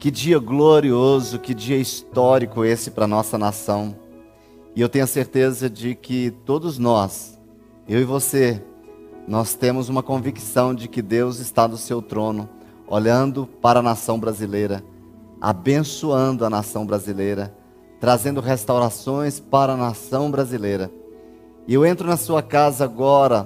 Que dia glorioso, que dia histórico esse para nossa nação. E eu tenho a certeza de que todos nós, eu e você, nós temos uma convicção de que Deus está no seu trono, olhando para a nação brasileira, abençoando a nação brasileira, trazendo restaurações para a nação brasileira. E eu entro na sua casa agora,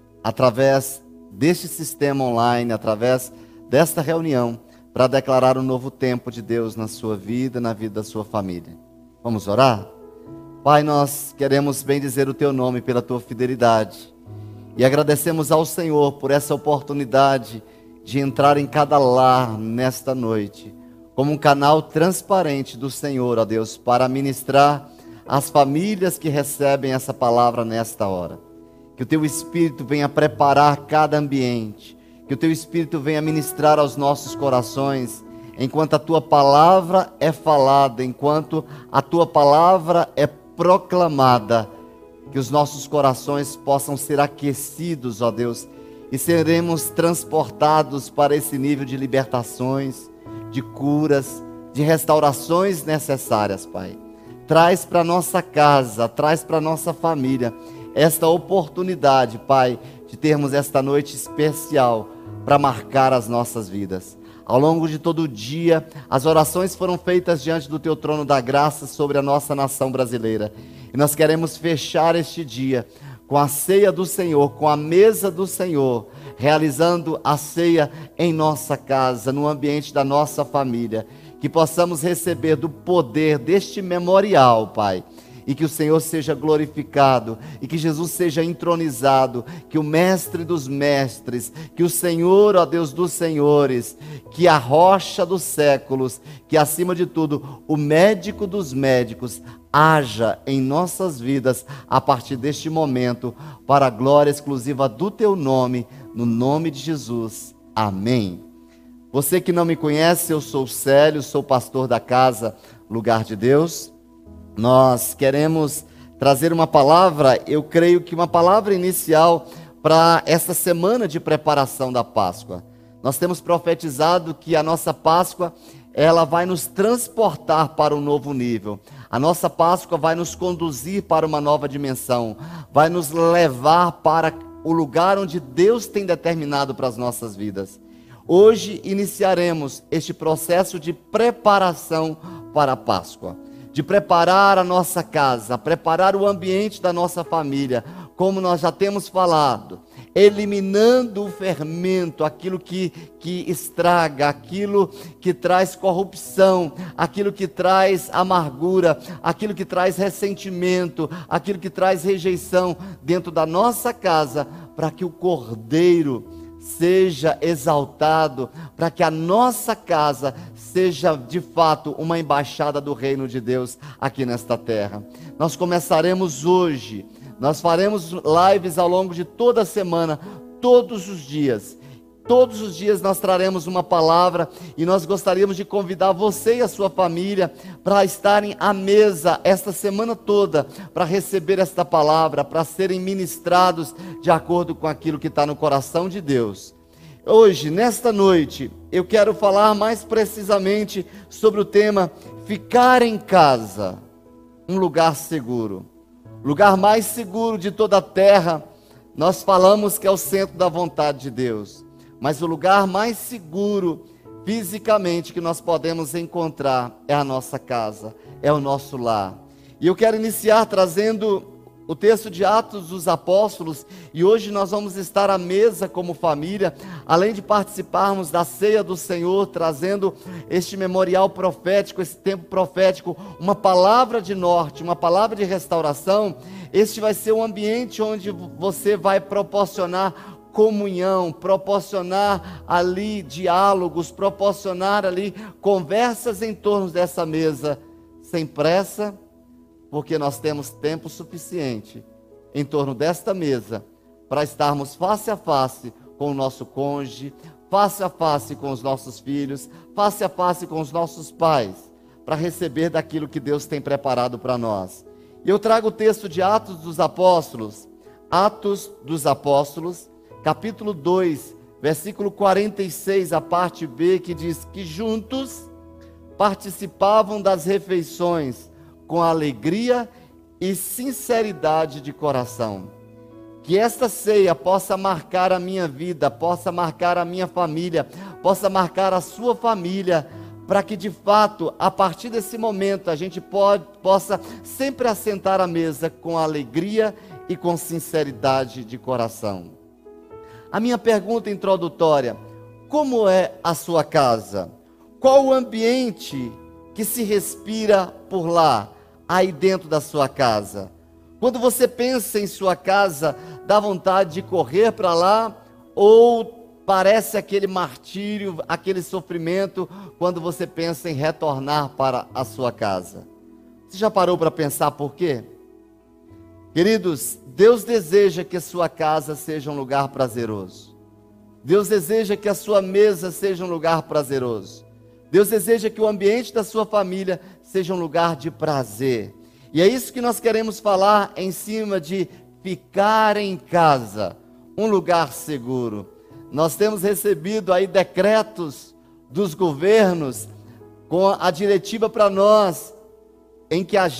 através deste sistema online, através desta reunião, para declarar um novo tempo de Deus na sua vida, na vida da sua família. Vamos orar? Pai, nós queremos bendizer o Teu nome pela Tua fidelidade. E agradecemos ao Senhor por essa oportunidade de entrar em cada lar nesta noite, como um canal transparente do Senhor, ó Deus, para ministrar às famílias que recebem essa palavra nesta hora. Que o Teu Espírito venha preparar cada ambiente, que o Teu Espírito venha ministrar aos nossos corações, enquanto a Tua palavra é falada, enquanto a Tua palavra é proclamada, que os nossos corações possam ser aquecidos, ó Deus, e seremos transportados para esse nível de libertações, de curas, de restaurações necessárias, Pai. Traz para nossa casa, traz para nossa família esta oportunidade, Pai, de termos esta noite especial para marcar as nossas vidas. Ao longo de todo o dia, as orações foram feitas diante do Teu trono da graça sobre a nossa nação brasileira. E nós queremos fechar este dia com a ceia do Senhor, com a mesa do Senhor, realizando a ceia em nossa casa, no ambiente da nossa família. Que possamos receber do poder deste memorial, Pai. E que o Senhor seja glorificado, e que Jesus seja entronizado, que o Mestre dos Mestres, que o Senhor, ó Deus dos Senhores, que a rocha dos séculos, que acima de tudo, o médico dos médicos, haja em nossas vidas a partir deste momento, para a glória exclusiva do Teu nome, no nome de Jesus. Amém. Você que não me conhece, eu sou Célio, sou pastor da casa Lugar de Deus. Nós queremos trazer uma palavra, eu creio que uma palavra inicial para essa semana de preparação da Páscoa. Nós temos profetizado que a nossa Páscoa, ela vai nos transportar para um novo nível. A nossa Páscoa vai nos conduzir para uma nova dimensão, vai nos levar para o lugar onde Deus tem determinado para as nossas vidas. Hoje iniciaremos este processo de preparação para a Páscoa. De preparar a nossa casa, preparar o ambiente da nossa família, como nós já temos falado, eliminando o fermento, aquilo que estraga, aquilo que traz corrupção, aquilo que traz amargura, aquilo que traz ressentimento, aquilo que traz rejeição dentro da nossa casa, para que o Cordeiro seja exaltado, para que a nossa casa seja de fato uma embaixada do reino de Deus aqui nesta terra. Nós começaremos hoje, nós faremos lives ao longo de toda a semana, todos os dias. Todos os dias nós traremos uma palavra e nós gostaríamos de convidar você e a sua família para estarem à mesa esta semana toda, para receber esta palavra, para serem ministrados de acordo com aquilo que está no coração de Deus. Hoje, nesta noite, eu quero falar mais precisamente sobre o tema ficar em casa, um lugar seguro. O lugar mais seguro de toda a terra, nós falamos que é o centro da vontade de Deus. Mas o lugar mais seguro fisicamente que nós podemos encontrar é a nossa casa, é o nosso lar. E eu quero iniciar trazendo o texto de Atos dos Apóstolos, e hoje nós vamos estar à mesa como família, além de participarmos da ceia do Senhor, trazendo este memorial profético, esse tempo profético, uma palavra de norte, uma palavra de restauração. Este vai ser um ambiente onde você vai proporcionar comunhão, proporcionar ali diálogos, proporcionar ali conversas em torno dessa mesa, sem pressa, porque nós temos tempo suficiente em torno desta mesa para estarmos face a face com o nosso cônjuge, face a face com os nossos filhos, face a face com os nossos pais, para receber daquilo que Deus tem preparado para nós. E eu trago o texto de Atos dos Apóstolos, capítulo 2, versículo 46, a parte B, que diz que juntos participavam das refeições com alegria e sinceridade de coração. Que esta ceia possa marcar a minha vida, possa marcar a minha família, possa marcar a sua família, para que de fato, a partir desse momento, a gente possa sempre assentar à mesa com alegria e com sinceridade de coração. A minha pergunta introdutória: como é a sua casa? Qual o ambiente que se respira por lá, aí dentro da sua casa? Quando você pensa em sua casa, dá vontade de correr para lá, ou parece aquele martírio, aquele sofrimento, quando você pensa em retornar para a sua casa? Você já parou para pensar por quê? Queridos, Deus deseja que a sua casa seja um lugar prazeroso. Deus deseja que a sua mesa seja um lugar prazeroso. Deus deseja que o ambiente da sua família seja um lugar de prazer. E é isso que nós queremos falar em cima de ficar em casa, um lugar seguro. Nós temos recebido aí decretos dos governos com a diretiva para nós, em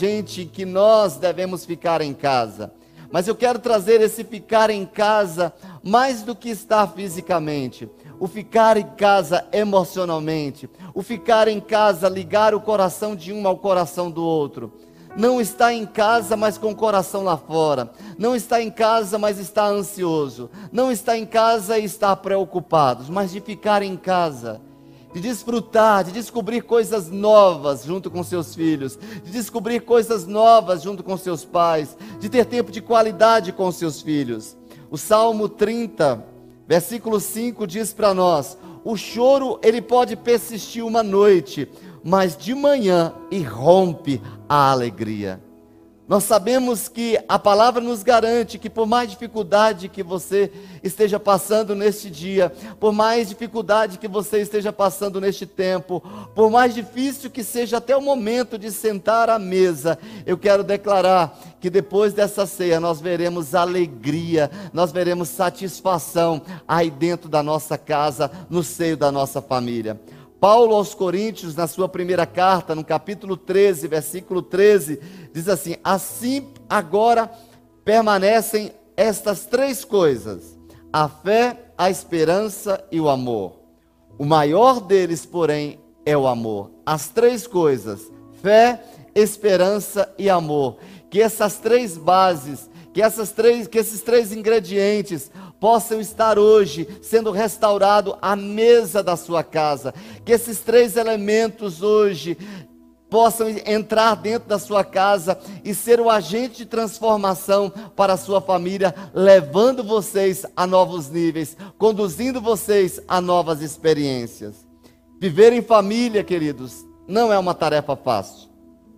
que nós devemos ficar em casa. Mas eu quero trazer esse ficar em casa mais do que estar fisicamente. O ficar em casa emocionalmente. O ficar em casa, ligar o coração de um ao coração do outro. Não está em casa, mas com o coração lá fora. Não está em casa, mas está ansioso. Não está em casa e está preocupado. Mas de ficar em casa, de desfrutar, de descobrir coisas novas junto com seus filhos, de descobrir coisas novas junto com seus pais, de ter tempo de qualidade com seus filhos. O Salmo 30, versículo 5 diz para nós: o choro ele pode persistir uma noite, mas de manhã irrompe a alegria. Nós sabemos que a palavra nos garante que por mais dificuldade que você esteja passando neste dia, por mais dificuldade que você esteja passando neste tempo, por mais difícil que seja até o momento de sentar à mesa, eu quero declarar que depois dessa ceia nós veremos alegria, nós veremos satisfação aí dentro da nossa casa, no seio da nossa família. Paulo aos Coríntios, na sua primeira carta, no capítulo 13, versículo 13, diz assim: assim agora permanecem estas três coisas: a fé, a esperança e o amor. O maior deles, porém, é o amor. As três coisas: fé, esperança e amor. Que essas três bases, que esses três ingredientes possam estar hoje sendo restaurado à mesa da sua casa. Que esses três elementos hoje possam entrar dentro da sua casa e ser o agente de transformação para a sua família, levando vocês a novos níveis, conduzindo vocês a novas experiências. Viver em família, queridos, não é uma tarefa fácil.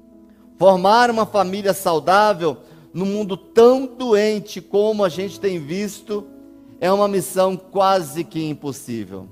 Formar uma família saudável num mundo tão doente como a gente tem visto é uma missão quase que impossível.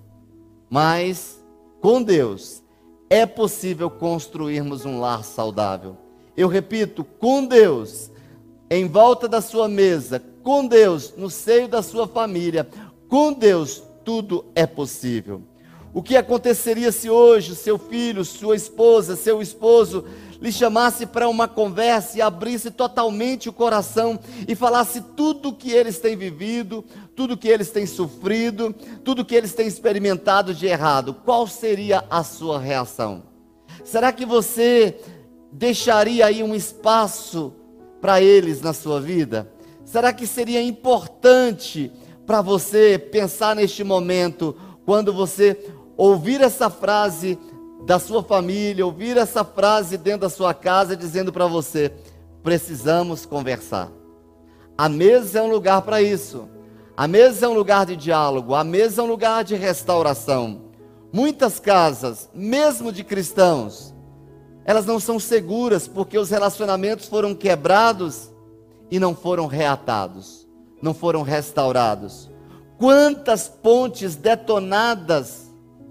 Mas com Deus é possível construirmos um lar saudável. Eu repito, com Deus em volta da sua mesa, com Deus no seio da sua família, com Deus tudo é possível. O que aconteceria se hoje seu filho, sua esposa, seu esposo lhe chamasse para uma conversa e abrisse totalmente o coração e falasse tudo o que eles têm vivido, tudo o que eles têm sofrido, tudo o que eles têm experimentado de errado? Qual seria a sua reação? Será que você deixaria aí um espaço para eles na sua vida? Será que seria importante para você pensar neste momento, quando você ouvir essa frase da sua família, ouvir essa frase dentro da sua casa, dizendo para você: precisamos conversar. A mesa é um lugar para isso. A mesa é um lugar de diálogo. A mesa é um lugar de restauração. Muitas casas, mesmo de cristãos, elas não são seguras porque os relacionamentos foram quebrados e não foram reatados, não foram restaurados. Quantas pontes detonadas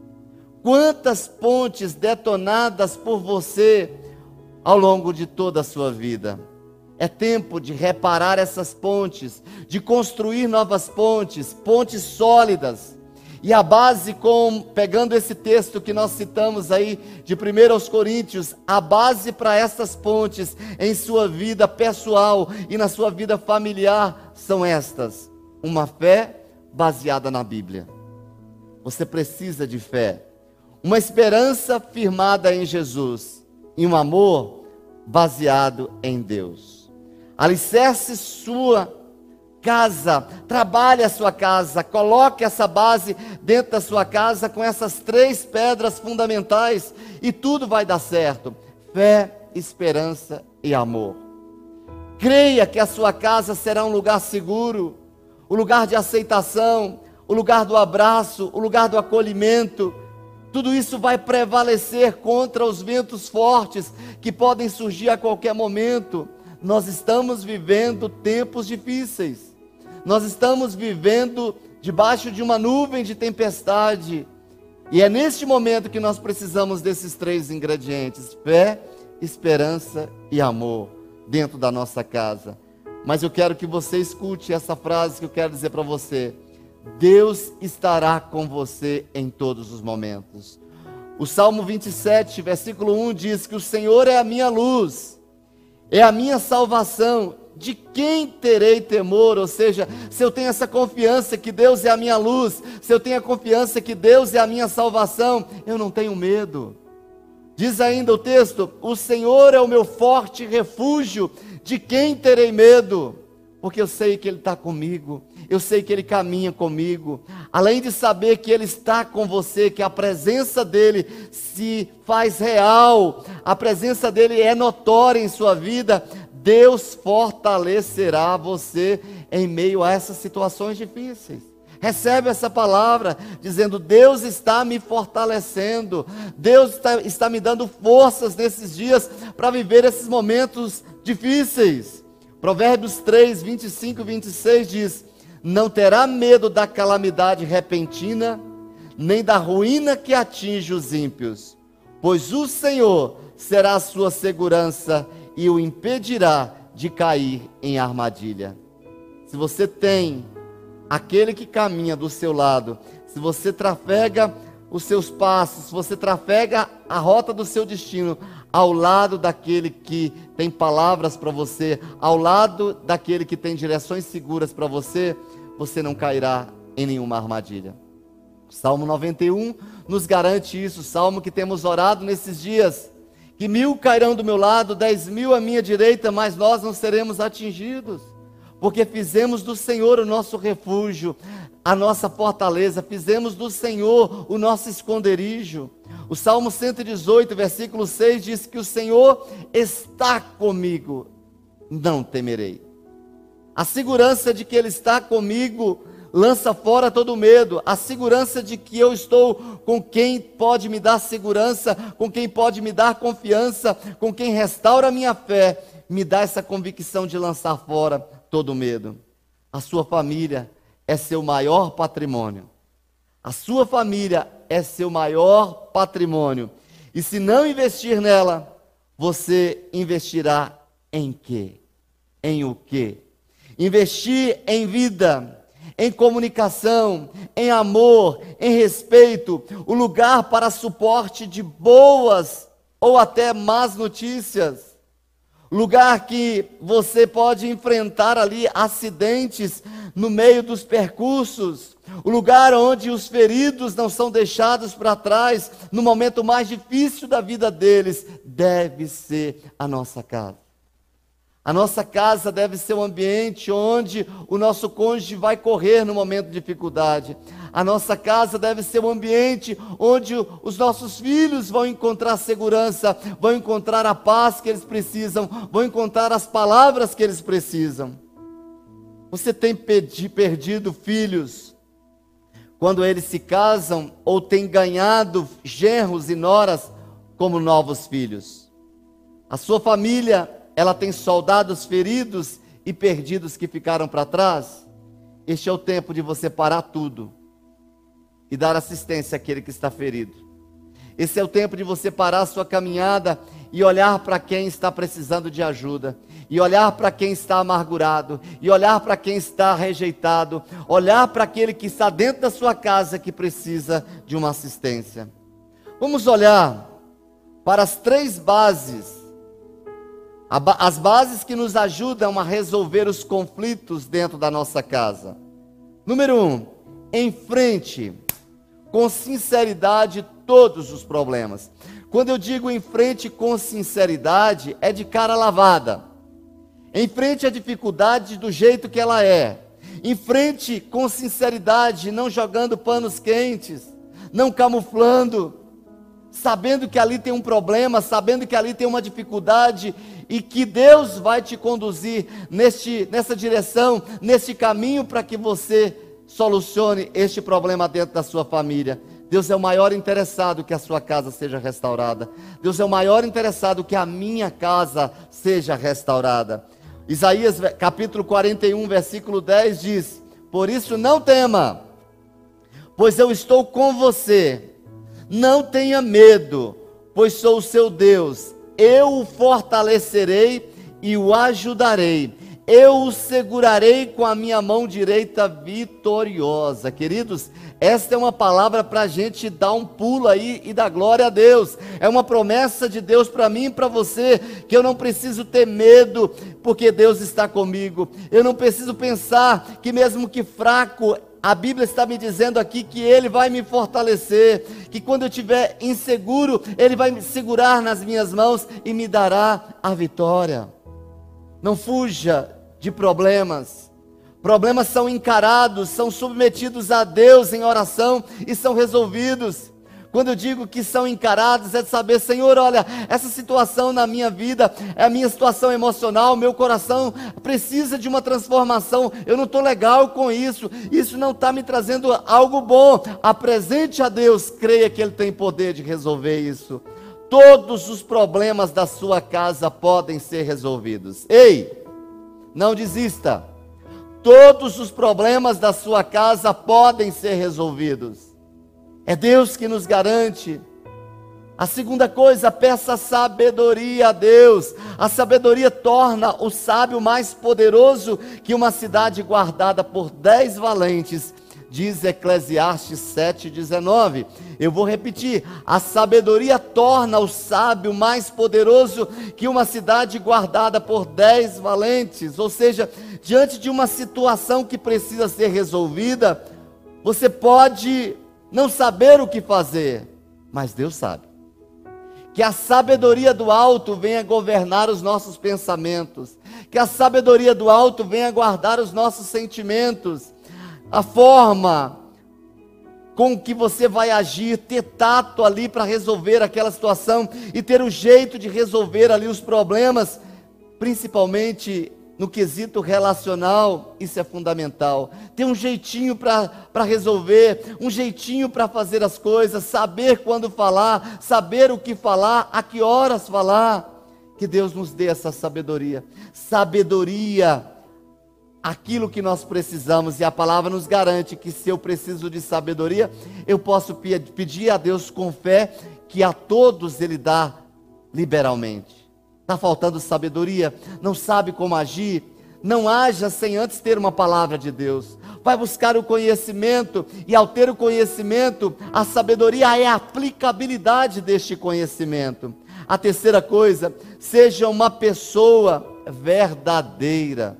por você ao longo de toda a sua vida. É tempo de reparar essas pontes, de construir novas pontes, pontes sólidas. E a base, pegando esse texto que nós citamos aí, de 1 aos Coríntios, a base para essas pontes em sua vida pessoal e na sua vida familiar são estas: uma fé baseada na Bíblia. Você precisa de fé, uma esperança firmada em Jesus e um amor baseado em Deus. Alicerce sua casa, trabalhe a sua casa, coloque essa base dentro da sua casa com essas 3 pedras fundamentais e tudo vai dar certo: fé, esperança e amor. Creia que a sua casa será um lugar seguro, o lugar de aceitação, o lugar do abraço, o lugar do acolhimento. Tudo isso vai prevalecer contra os ventos fortes que podem surgir a qualquer momento. Nós estamos vivendo tempos difíceis. Nós estamos vivendo debaixo de uma nuvem de tempestade. E é neste momento que nós precisamos desses 3 ingredientes: fé, esperança e amor dentro da nossa casa. Mas eu quero que você escute essa frase que eu quero dizer para você: Deus estará com você em todos os momentos. O Salmo 27, versículo 1 diz que o Senhor é a minha luz, é a minha salvação. De quem terei temor? Ou seja, se eu tenho essa confiança que Deus é a minha luz, se eu tenho a confiança que Deus é a minha salvação, eu não tenho medo. Diz ainda o texto: o Senhor é o meu forte refúgio, de quem terei medo? Porque eu sei que Ele está comigo, eu sei que Ele caminha comigo. Além de saber que Ele está com você, que a presença dEle se faz real, a presença dEle é notória em sua vida, Deus fortalecerá você em meio a essas situações difíceis. Recebe essa palavra, dizendo: Deus está me fortalecendo, Deus está me dando forças nesses dias para viver esses momentos difíceis. Provérbios 3, 25 e 26 diz: não terá medo da calamidade repentina, nem da ruína que atinge os ímpios, pois o Senhor será a sua segurança e o impedirá de cair em armadilha. Se você tem aquele que caminha do seu lado, se você trafega os seus passos, se você trafega a rota do seu destino ao lado daquele que tem palavras para você, ao lado daquele que tem direções seguras para você, você não cairá em nenhuma armadilha. O Salmo 91 nos garante isso, o salmo que temos orado nesses dias: que 1000 cairão do meu lado, 10.000 à minha direita, mas nós não seremos atingidos, porque fizemos do Senhor o nosso refúgio, a nossa fortaleza, fizemos do Senhor o nosso esconderijo. O Salmo 118, versículo 6 diz que o Senhor está comigo, não temerei. A segurança de que Ele está comigo lança fora todo medo. A segurança de que eu estou com quem pode me dar segurança, com quem pode me dar confiança, com quem restaura a minha fé, me dá essa convicção de lançar fora todo medo. A sua família é seu maior patrimônio. A sua família é seu maior patrimônio. E se não investir nela, você investirá em quê? Em o quê? Investir em vida, em comunicação, em amor, em respeito, o lugar para suporte de boas ou até más notícias, lugar que você pode enfrentar ali acidentes no meio dos percursos, o lugar onde os feridos não são deixados para trás, no momento mais difícil da vida deles, deve ser a nossa casa. A nossa casa deve ser um ambiente onde o nosso cônjuge vai correr no momento de dificuldade. A nossa casa deve ser um ambiente onde os nossos filhos vão encontrar segurança, vão encontrar a paz que eles precisam, vão encontrar as palavras que eles precisam. Você tem perdido filhos quando eles se casam, ou tem ganhado genros e noras como novos filhos? A sua família, ela tem soldados feridos e perdidos que ficaram para trás? Este é o tempo de você parar tudo e dar assistência àquele que está ferido. Esse é o tempo de você parar a sua caminhada e olhar para quem está precisando de ajuda. e olhar para quem está amargurado, e olhar para quem está rejeitado, olhar para aquele que está dentro da sua casa que precisa de uma assistência. Vamos olhar para as 3 bases, as bases que nos ajudam a resolver os conflitos dentro da nossa casa. Número 1, enfrente com sinceridade todos os problemas. Quando eu digo enfrente com sinceridade, é de cara lavada. Enfrente a dificuldade do jeito que ela é. Enfrente com sinceridade, não jogando panos quentes, não camuflando, sabendo que ali tem um problema, sabendo que ali tem uma dificuldade e que Deus vai te conduzir nessa direção, nesse caminho para que você solucione este problema dentro da sua família. Deus é o maior interessado que a sua casa seja restaurada. Deus é o maior interessado que a minha casa seja restaurada. Isaías capítulo 41, versículo 10 diz: por isso não tema, pois eu estou com você. Não tenha medo, pois sou o seu Deus. Eu o fortalecerei e o ajudarei. Eu o segurarei com a minha mão direita vitoriosa. Queridos, esta é uma palavra para a gente dar um pulo aí e dar glória a Deus. É uma promessa de Deus para mim e para você, que eu não preciso ter medo, porque Deus está comigo. Eu não preciso pensar que mesmo que fraco, a Bíblia está me dizendo aqui que Ele vai me fortalecer, que quando eu estiver inseguro, Ele vai me segurar nas minhas mãos e me dará a vitória. Não fuja de problemas. Problemas são encarados, são submetidos a Deus em oração e são resolvidos. Quando eu digo que são encarados, é de saber, Senhor, olha, essa situação na minha vida, é a minha situação emocional, meu coração precisa de uma transformação, eu não estou legal com isso não está me trazendo algo bom. Apresente a Deus, creia que Ele tem poder de resolver isso. Todos os problemas da sua casa podem ser resolvidos. Ei, não desista. Todos os problemas da sua casa podem ser resolvidos. É Deus que nos garante. A segunda coisa, peça sabedoria a Deus. A sabedoria torna o sábio mais poderoso que uma cidade guardada por 10 valentes. Diz Eclesiastes 7,19. Eu vou repetir. A sabedoria torna o sábio mais poderoso que uma cidade guardada por 10 valentes. Ou seja, diante de uma situação que precisa ser resolvida, você pode não saber o que fazer, mas Deus sabe. Que a sabedoria do alto venha governar os nossos pensamentos. Que a sabedoria do alto venha guardar os nossos sentimentos. A forma com que você vai agir, ter tato ali para resolver aquela situação e ter o jeito de resolver ali os problemas, principalmente no quesito relacional, isso é fundamental. Ter um jeitinho para resolver, um jeitinho para fazer as coisas, saber quando falar, saber o que falar, a que horas falar. Que Deus nos dê essa sabedoria. Sabedoria, aquilo que nós precisamos, e a palavra nos garante que se eu preciso de sabedoria, eu posso pedir a Deus com fé, que a todos Ele dá liberalmente. Está faltando sabedoria? Não sabe como agir? Não haja sem antes ter uma palavra de Deus. Vai buscar o conhecimento, e ao ter o conhecimento, a sabedoria é a aplicabilidade deste conhecimento. A terceira coisa, seja uma pessoa verdadeira.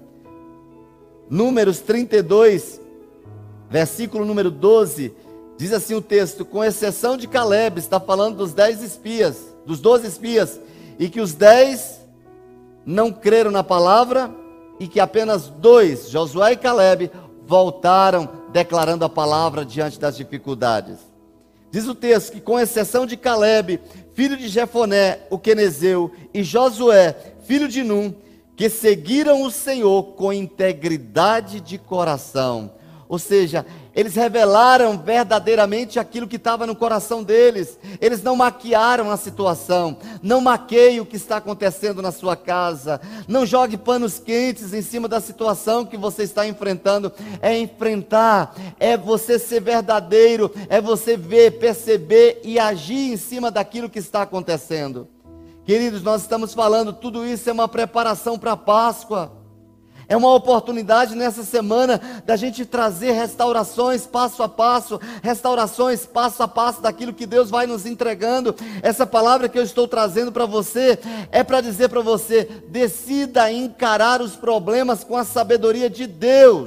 Números 32, versículo número 12, diz assim o texto: com exceção de Caleb, está falando dos 10 espias, dos 12 espias, e que os 10 não creram na palavra, e que apenas 2, Josué e Caleb, voltaram declarando a palavra diante das dificuldades. Diz o texto que com exceção de Caleb, filho de Jefoné, o quenezeu, e Josué, filho de Num, que seguiram o Senhor com integridade de coração. Ou seja, eles revelaram verdadeiramente aquilo que estava no coração deles. Eles não maquiaram a situação. Não maqueie o que está acontecendo na sua casa. Não jogue panos quentes em cima da situação que você está enfrentando. É enfrentar, é você ser verdadeiro, é você ver, perceber e agir em cima daquilo que está acontecendo. Queridos, nós estamos falando, tudo isso é uma preparação para a Páscoa. É uma oportunidade nessa semana da gente trazer restaurações passo a passo, restaurações passo a passo daquilo que Deus vai nos entregando. Essa palavra que eu estou trazendo para você é para dizer para você: decida encarar os problemas com a sabedoria de Deus.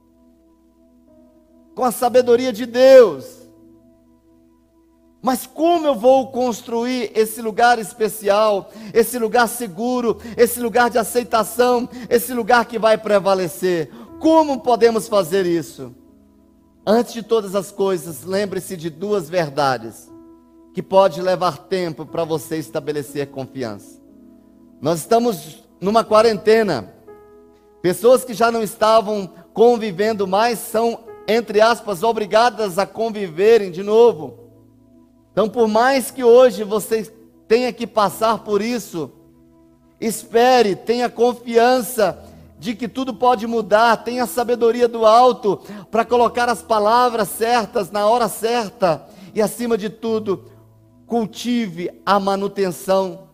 Com a sabedoria de Deus. Mas como eu vou construir esse lugar especial, esse lugar seguro, esse lugar de aceitação, esse lugar que vai prevalecer? Como podemos fazer isso? Antes de todas as coisas, lembre-se de duas verdades que pode levar tempo para você estabelecer confiança. Nós estamos numa quarentena. Pessoas que já não estavam convivendo mais são, entre aspas, obrigadas a conviverem de novo. Então, por mais que hoje você tenha que passar por isso, espere, tenha confiança de que tudo pode mudar, tenha a sabedoria do alto para colocar as palavras certas na hora certa e, acima de tudo, cultive a manutenção.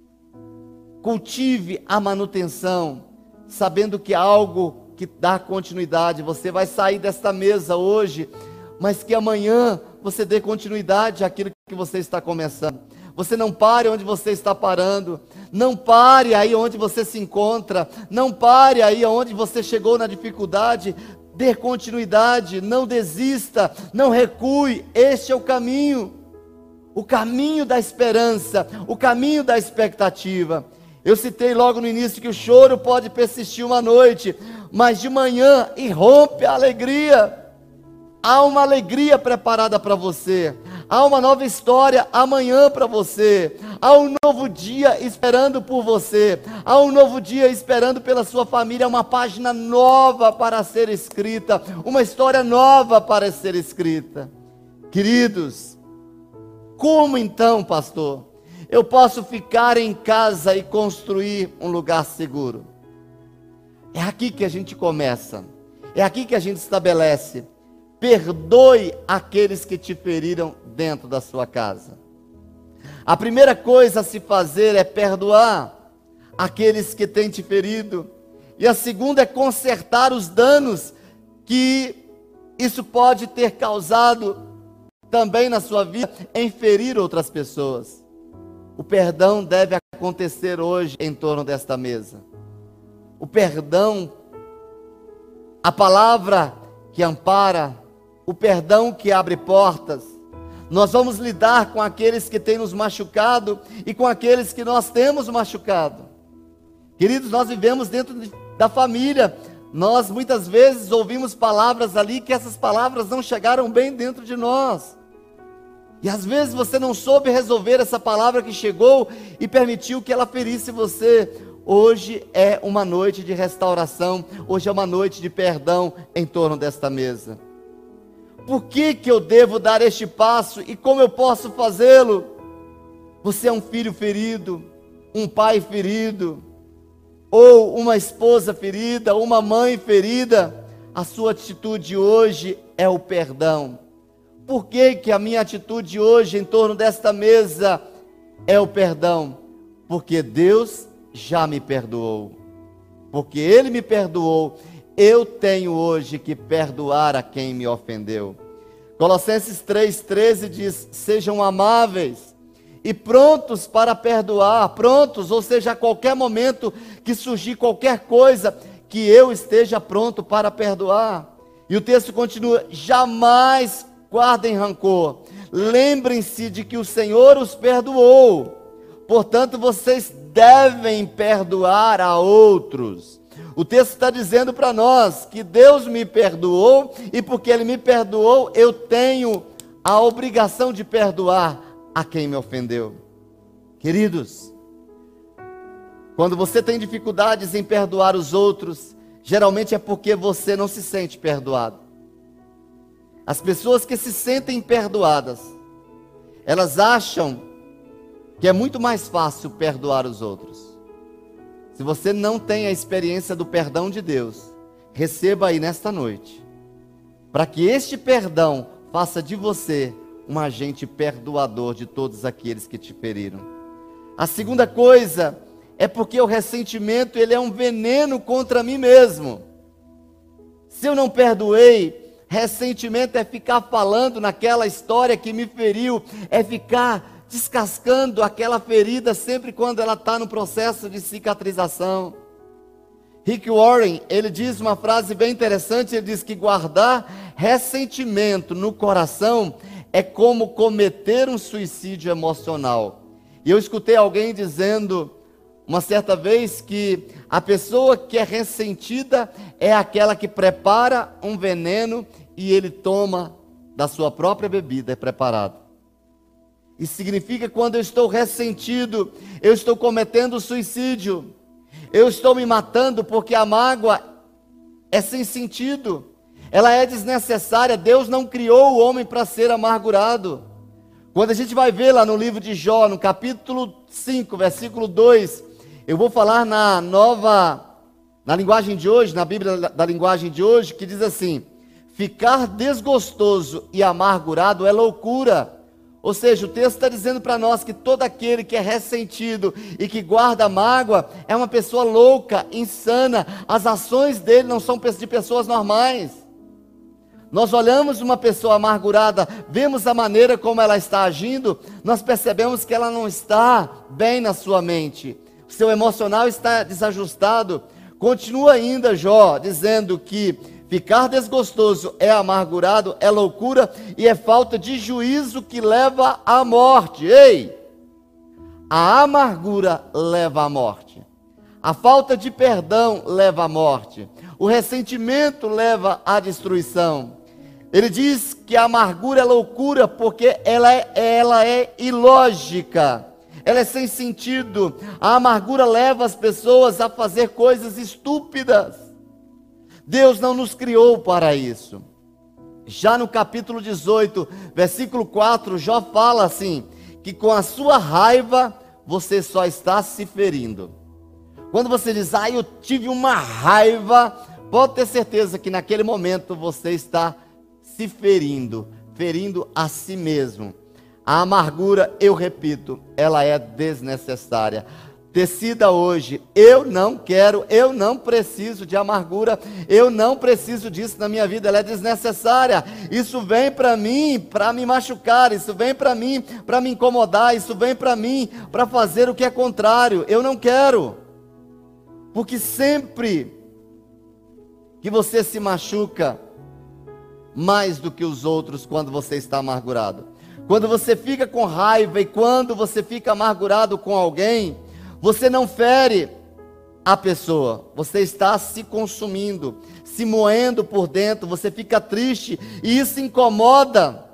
Cultive a manutenção, sabendo que é algo que dá continuidade. Você vai sair desta mesa hoje, mas que amanhã você dê continuidade àquilo que você está começando. Você não pare onde você está parando. Não pare aí onde você se encontra. Não pare aí onde você chegou na dificuldade. Dê continuidade, não desista, não recue. Este é o caminho da esperança, o caminho da expectativa. Eu citei logo no início que o choro pode persistir uma noite, mas de manhã irrompe a alegria. Há uma alegria preparada para você. Há uma nova história amanhã para você. Há um novo dia esperando por você. Há um novo dia esperando pela sua família. Uma página nova para ser escrita. Uma história nova para ser escrita. Queridos, como então, pastor, eu posso ficar em casa e construir um lugar seguro? É aqui que a gente começa. É aqui que a gente estabelece. Perdoe aqueles que te feriram dentro da sua casa. A primeira coisa a se fazer é perdoar aqueles que têm te ferido. E a segunda é consertar os danos que isso pode ter causado também na sua vida em ferir outras pessoas. O perdão deve acontecer hoje em torno desta mesa. O perdão, a palavra que ampara, o perdão que abre portas. Nós vamos lidar com aqueles que têm nos machucado e com aqueles que nós temos machucado. Queridos, nós vivemos dentro da família. Nós muitas vezes ouvimos palavras ali que essas palavras não chegaram bem dentro de nós. E às vezes você não soube resolver essa palavra que chegou e permitiu que ela ferisse você. Hoje é uma noite de restauração. Hoje é uma noite de perdão em torno desta mesa. Por que eu devo dar este passo e como eu posso fazê-lo? Você é um filho ferido, um pai ferido, ou uma esposa ferida, uma mãe ferida. A sua atitude hoje é o perdão. Por que a minha atitude hoje em torno desta mesa é o perdão? Porque Deus já me perdoou. Porque Ele me perdoou. Eu tenho hoje que perdoar a quem me ofendeu. Colossenses 3,13 diz: sejam amáveis e prontos para perdoar. Prontos, ou seja, a qualquer momento que surgir qualquer coisa, que eu esteja pronto para perdoar. E o texto continua: jamais guardem rancor. Lembrem-se de que o Senhor os perdoou. Portanto, vocês devem perdoar a outros. O texto está dizendo para nós que Deus me perdoou, e porque Ele me perdoou, eu tenho a obrigação de perdoar a quem me ofendeu. Queridos, quando você tem dificuldades em perdoar os outros, geralmente é porque você não se sente perdoado. As pessoas que se sentem perdoadas, elas acham que é muito mais fácil perdoar os outros. Se você não tem a experiência do perdão de Deus, receba aí nesta noite, para que este perdão faça de você um agente perdoador de todos aqueles que te feriram. A segunda coisa é porque o ressentimento, ele é um veneno contra mim mesmo. Se eu não perdoei, ressentimento é ficar falando naquela história que me feriu, é ficar descascando aquela ferida sempre quando ela está no processo de cicatrização. Rick Warren, ele diz uma frase bem interessante, ele diz que guardar ressentimento no coração é como cometer um suicídio emocional. E eu escutei alguém dizendo uma certa vez que a pessoa que é ressentida é aquela que prepara um veneno e ele toma da sua própria bebida, é preparado. Isso significa que quando eu estou ressentido, eu estou cometendo suicídio. Eu estou me matando porque a mágoa é sem sentido. Ela é desnecessária. Deus não criou o homem para ser amargurado. Quando a gente vai ver lá no livro de Jó, no capítulo 5, versículo 2, eu vou falar na linguagem de hoje, na Bíblia da linguagem de hoje, que diz assim: ficar desgostoso e amargurado é loucura. Ou seja, o texto está dizendo para nós que todo aquele que é ressentido e que guarda mágoa é uma pessoa louca, insana. As ações dele não são de pessoas normais. Nós olhamos uma pessoa amargurada, vemos a maneira como ela está agindo, nós percebemos que ela não está bem na sua mente. O seu emocional está desajustado. Continua ainda Jó dizendo que ficar desgostoso é amargurado, é loucura e é falta de juízo que leva à morte. Ei! A amargura leva à morte. A falta de perdão leva à morte. O ressentimento leva à destruição. Ele diz que a amargura é loucura porque ela é ilógica. Ela é sem sentido. A amargura leva as pessoas a fazer coisas estúpidas. Deus não nos criou para isso. Já no capítulo 18, versículo 4, Jó fala assim, que com a sua raiva você só está se ferindo. Quando você diz, eu tive uma raiva, pode ter certeza que naquele momento você está se ferindo a si mesmo. A amargura, eu repito, ela é desnecessária. Decida hoje, eu não quero, eu não preciso de amargura, eu não preciso disso na minha vida, ela é desnecessária. Isso vem para mim, para me machucar, isso vem para mim, para me incomodar, isso vem para mim, para fazer o que é contrário. Eu não quero, porque sempre que você se machuca mais do que os outros quando você está amargurado, quando você fica com raiva e quando você fica amargurado com alguém, você não fere a pessoa, você está se consumindo, se moendo por dentro, você fica triste e isso incomoda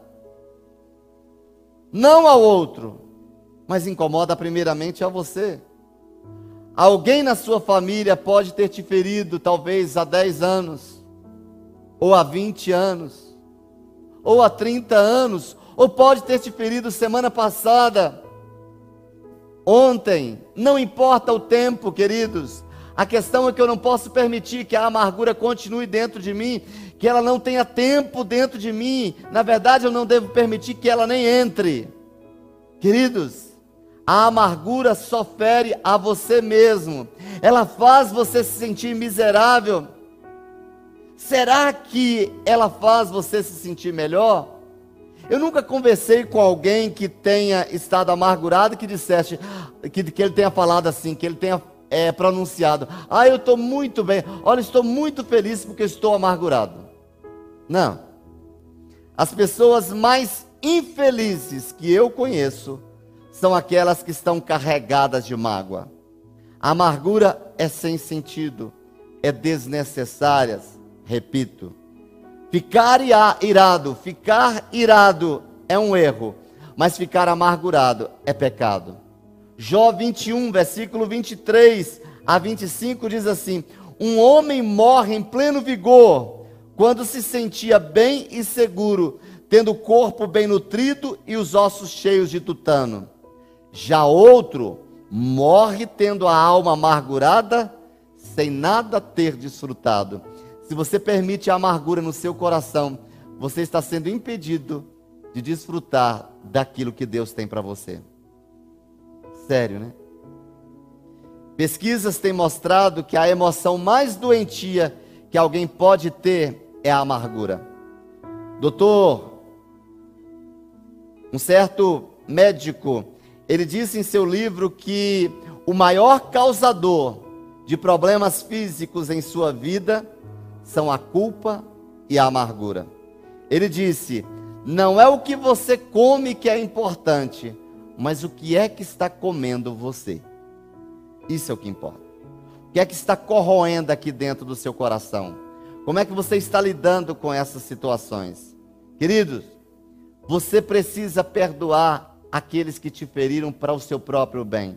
não ao outro, mas incomoda primeiramente a você. Alguém na sua família pode ter te ferido talvez há 10 anos, ou há 20 anos, ou há 30 anos, ou pode ter te ferido semana passada, ontem, não importa o tempo, queridos. A questão é que eu não posso permitir que a amargura continue dentro de mim, que ela não tenha tempo dentro de mim. Na verdade, eu não devo permitir que ela nem entre. Queridos, a amargura só fere a você mesmo. Ela faz você se sentir miserável. Será que ela faz você se sentir melhor? Eu nunca conversei com alguém que tenha estado amargurado, que dissesse, que ele tenha falado assim, que ele tenha pronunciado, eu estou muito bem, olha, estou muito feliz porque estou amargurado. Não. As pessoas mais infelizes que eu conheço são aquelas que estão carregadas de mágoa. A amargura é sem sentido, é desnecessária, repito. Ficar irado é um erro, mas ficar amargurado é pecado. Jó 21, versículo 23 a 25 diz assim: um homem morre em pleno vigor, quando se sentia bem e seguro, tendo o corpo bem nutrido e os ossos cheios de tutano. Já outro morre tendo a alma amargurada, sem nada ter desfrutado. Se você permite a amargura no seu coração, você está sendo impedido de desfrutar daquilo que Deus tem para você. Sério, né? Pesquisas têm mostrado que a emoção mais doentia que alguém pode ter é a amargura. Um certo médico, ele disse em seu livro que o maior causador de problemas físicos em sua vida são a culpa e a amargura. Ele disse: não é o que você come que é importante, mas o que é que está comendo você. Isso é o que importa. O que é que está corroendo aqui dentro do seu coração? Como é que você está lidando com essas situações? Queridos, você precisa perdoar aqueles que te feriram para o seu próprio bem.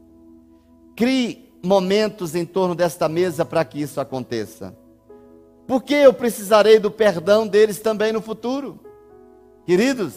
Crie momentos em torno desta mesa para que isso aconteça. Porque eu precisarei do perdão deles também no futuro. Queridos,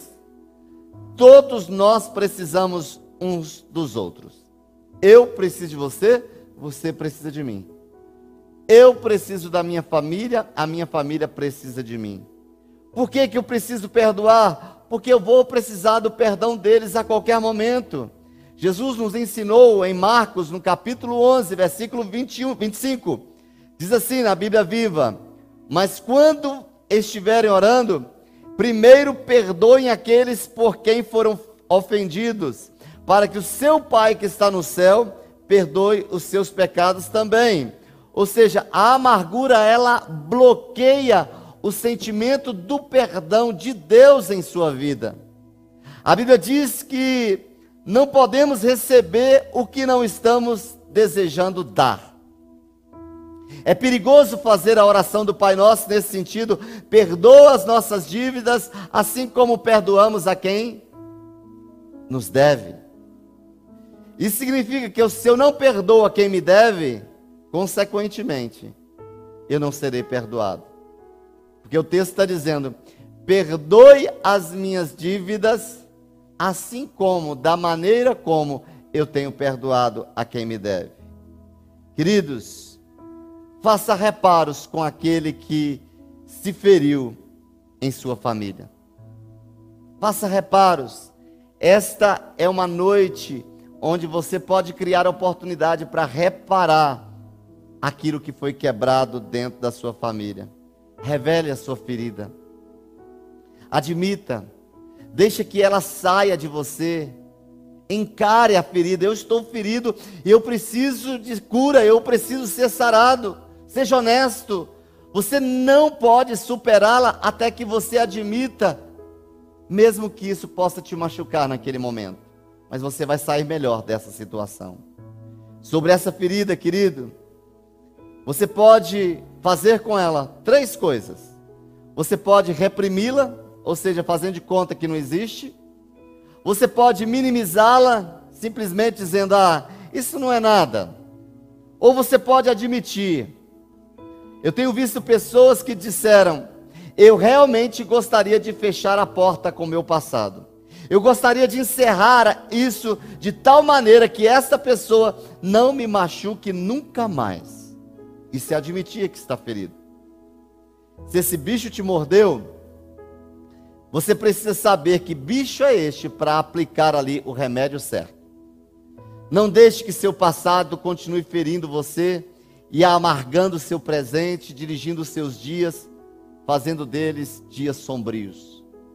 todos nós precisamos uns dos outros. Eu preciso de você, você precisa de mim. Eu preciso da minha família, a minha família precisa de mim. Por que eu preciso perdoar? Porque eu vou precisar do perdão deles a qualquer momento. Jesus nos ensinou em Marcos, no capítulo 11, versículo 25. Diz assim na Bíblia Viva: mas quando estiverem orando, primeiro perdoem aqueles por quem foram ofendidos, para que o seu Pai que está no céu perdoe os seus pecados também. Ou seja, a amargura, ela bloqueia o sentimento do perdão de Deus em sua vida. A Bíblia diz que não podemos receber o que não estamos desejando dar. É perigoso fazer a oração do Pai Nosso nesse sentido: perdoa as nossas dívidas, assim como perdoamos a quem nos deve. Isso significa que se eu não perdoo a quem me deve, consequentemente, eu não serei perdoado. Porque o texto está dizendo: perdoe as minhas dívidas, assim como, da maneira como eu tenho perdoado a quem me deve. Queridos, faça reparos com aquele que se feriu em sua família. Faça reparos. Esta é uma noite onde você pode criar oportunidade para reparar aquilo que foi quebrado dentro da sua família. Revele a sua ferida. Admita. Deixa que ela saia de você. Encare a ferida. Eu estou ferido e eu preciso de cura, eu preciso ser sarado. Seja honesto. Você não pode superá-la até que você admita, mesmo que isso possa te machucar naquele momento. Mas você vai sair melhor dessa situação. Sobre essa ferida, querido, você pode fazer com ela 3 coisas. Você pode reprimi-la, ou seja, fazendo de conta que não existe. Você pode minimizá-la, simplesmente dizendo: isso não é nada. Ou você pode admitir. Eu tenho visto pessoas que disseram: eu realmente gostaria de fechar a porta com o meu passado. Eu gostaria de encerrar isso de tal maneira que essa pessoa não me machuque nunca mais. E se admitir que está ferido. Se esse bicho te mordeu, você precisa saber que bicho é este para aplicar ali o remédio certo. Não deixe que seu passado continue ferindo você e amargando o seu presente, dirigindo os seus dias, fazendo deles dias sombrios.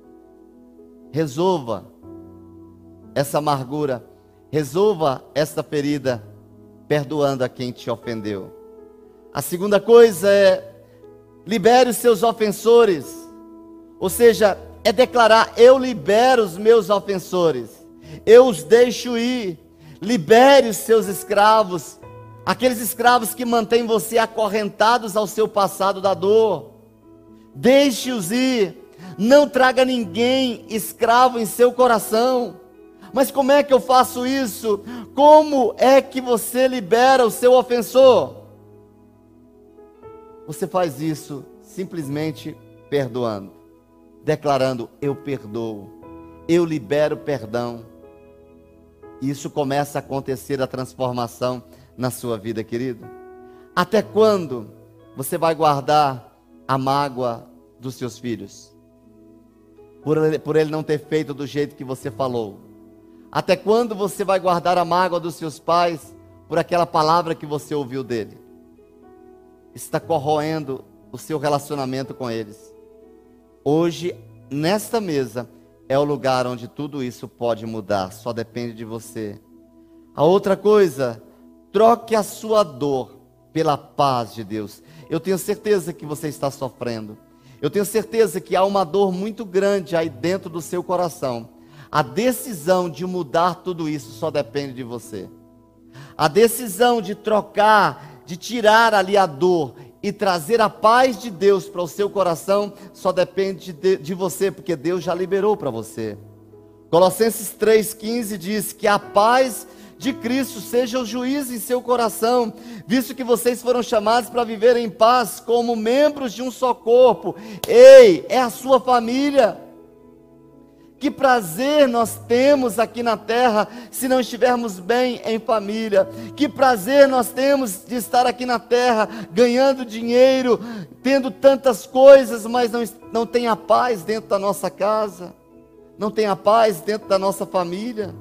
Resolva essa amargura, resolva essa ferida, perdoando a quem te ofendeu. A segunda coisa é: libere os seus ofensores. Ou seja, é declarar: eu libero os meus ofensores, eu os deixo ir. Libere os seus escravos, aqueles escravos que mantêm você acorrentados ao seu passado da dor. Deixe-os ir. Não traga ninguém escravo em seu coração. Mas como é que eu faço isso? Como é que você libera o seu ofensor? Você faz isso simplesmente perdoando, declarando: eu perdoo, eu libero perdão. E isso começa a acontecer, a transformação na sua vida, querido. Até quando você vai guardar a mágoa dos seus filhos? Por ele não ter feito do jeito que você falou. Até quando você vai guardar a mágoa dos seus pais por aquela palavra que você ouviu dele? Está corroendo o seu relacionamento com eles. Hoje, nesta mesa, é o lugar onde tudo isso pode mudar, só depende de você. A outra coisa, troque a sua dor pela paz de Deus. Eu tenho certeza que você está sofrendo. Eu tenho certeza que há uma dor muito grande aí dentro do seu coração. A decisão de mudar tudo isso só depende de você. A decisão de trocar, de tirar ali a dor e trazer a paz de Deus para o seu coração só depende de você, porque Deus já liberou para você. Colossenses 3,15 diz que a paz de Cristo seja o juiz em seu coração, visto que vocês foram chamados para viver em paz como membros de um só corpo. Ei, é a sua família. Que prazer nós temos aqui na terra se não estivermos bem em família. Que prazer nós temos de estar aqui na terra ganhando dinheiro, tendo tantas coisas, mas não tem a paz dentro da nossa casa, não tem a paz dentro da nossa família.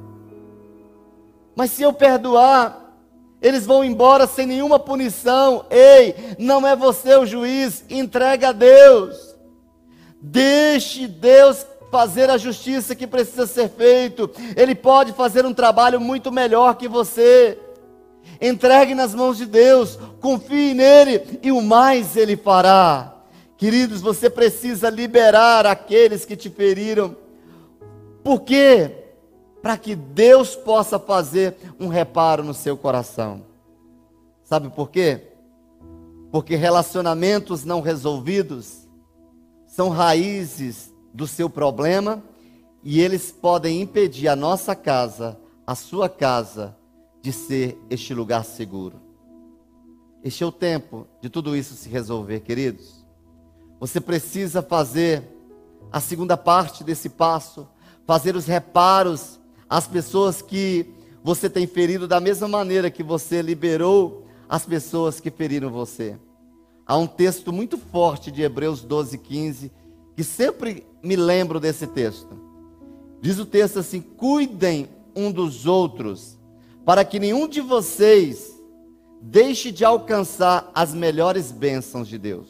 Mas se eu perdoar, eles vão embora sem nenhuma punição. Ei, não é você o juiz, entrega a Deus. Deixe Deus fazer a justiça que precisa ser feito. Ele pode fazer um trabalho muito melhor que você. Entregue nas mãos de Deus, confie nele e o mais ele fará. Queridos, você precisa liberar aqueles que te feriram. Por quê? Para que Deus possa fazer um reparo no seu coração. Sabe por quê? Porque relacionamentos não resolvidos são raízes do seu problema e eles podem impedir a nossa casa, a sua casa, de ser este lugar seguro. Este é o tempo de tudo isso se resolver, queridos. Você precisa fazer a segunda parte desse passo, fazer os reparos às pessoas que você tem ferido da mesma maneira que você liberou as pessoas que feriram você. Há um texto muito forte de Hebreus 12:15, que sempre me lembro desse texto. Diz o texto assim: cuidem um dos outros, para que nenhum de vocês deixe de alcançar as melhores bênçãos de Deus.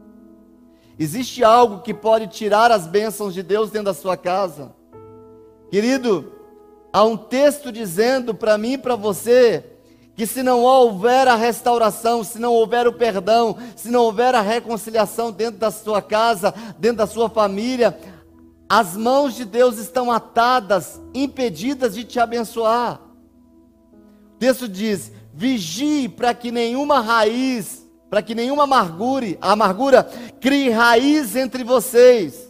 Existe algo que pode tirar as bênçãos de Deus dentro da sua casa? Querido, há um texto dizendo para mim e para você, que se não houver a restauração, se não houver o perdão, se não houver a reconciliação dentro da sua casa, dentro da sua família, as mãos de Deus estão atadas, impedidas de te abençoar. O texto diz: vigie para que nenhuma raiz, para que nenhuma amargura crie raiz entre vocês,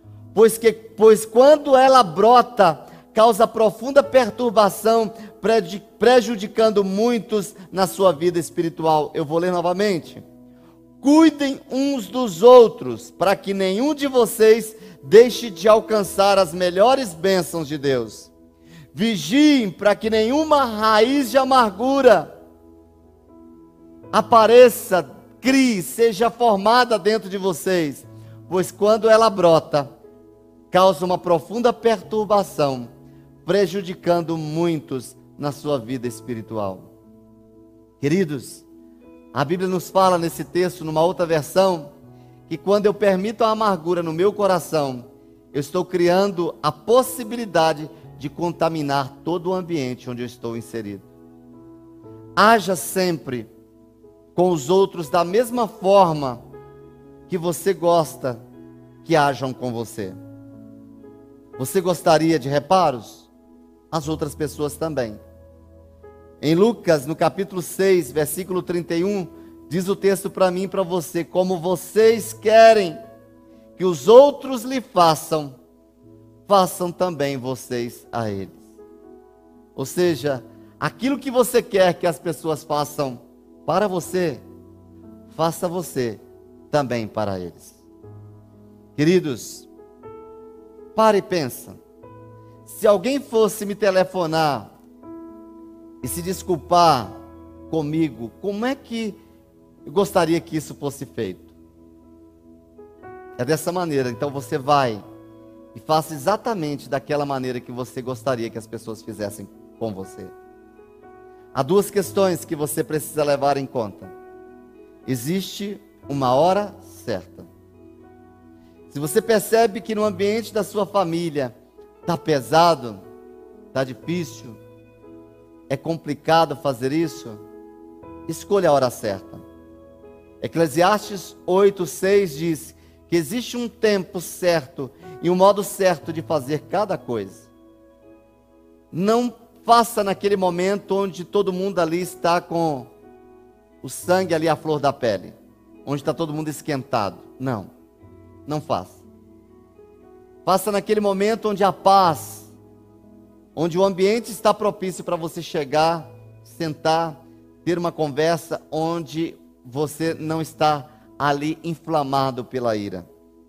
pois quando ela brota, causa profunda perturbação, prejudicando muitos na sua vida espiritual. Eu vou ler novamente. Cuidem uns dos outros, para que nenhum de vocês deixe de alcançar as melhores bênçãos de Deus. Vigiem para que nenhuma raiz de amargura apareça, crie, seja formada dentro de vocês, pois quando ela brota, causa uma profunda perturbação, prejudicando muitos na sua vida espiritual. Queridos, a Bíblia nos fala nesse texto, numa outra versão, que quando eu permito a amargura no meu coração, eu estou criando a possibilidade de contaminar todo o ambiente onde eu estou inserido. Haja sempre com os outros da mesma forma que você gosta que hajam com você. Você gostaria de reparos? As outras pessoas também. Em Lucas, no capítulo 6, versículo 31, diz o texto para mim e para você: como vocês querem que os outros lhe façam, façam também vocês a eles. Ou seja, aquilo que você quer que as pessoas façam para você, faça você também para eles. Queridos, pare e pensa. Se alguém fosse me telefonar e se desculpar comigo, como é que eu gostaria que isso fosse feito? É dessa maneira. Então você vai e faça exatamente daquela maneira que você gostaria que as pessoas fizessem com você. Há duas questões que você precisa levar em conta. Existe uma hora certa. Se você percebe que no ambiente da sua família está pesado, está difícil, é complicado fazer isso, escolha a hora certa. Eclesiastes 8:6 diz que existe um tempo certo e um modo certo de fazer cada coisa. Não faça naquele momento onde todo mundo ali está com o sangue ali à flor da pele, onde está todo mundo esquentado. Não faça. Faça naquele momento onde a paz, onde o ambiente está propício para você chegar, sentar, ter uma conversa, onde você não está ali inflamado pela ira.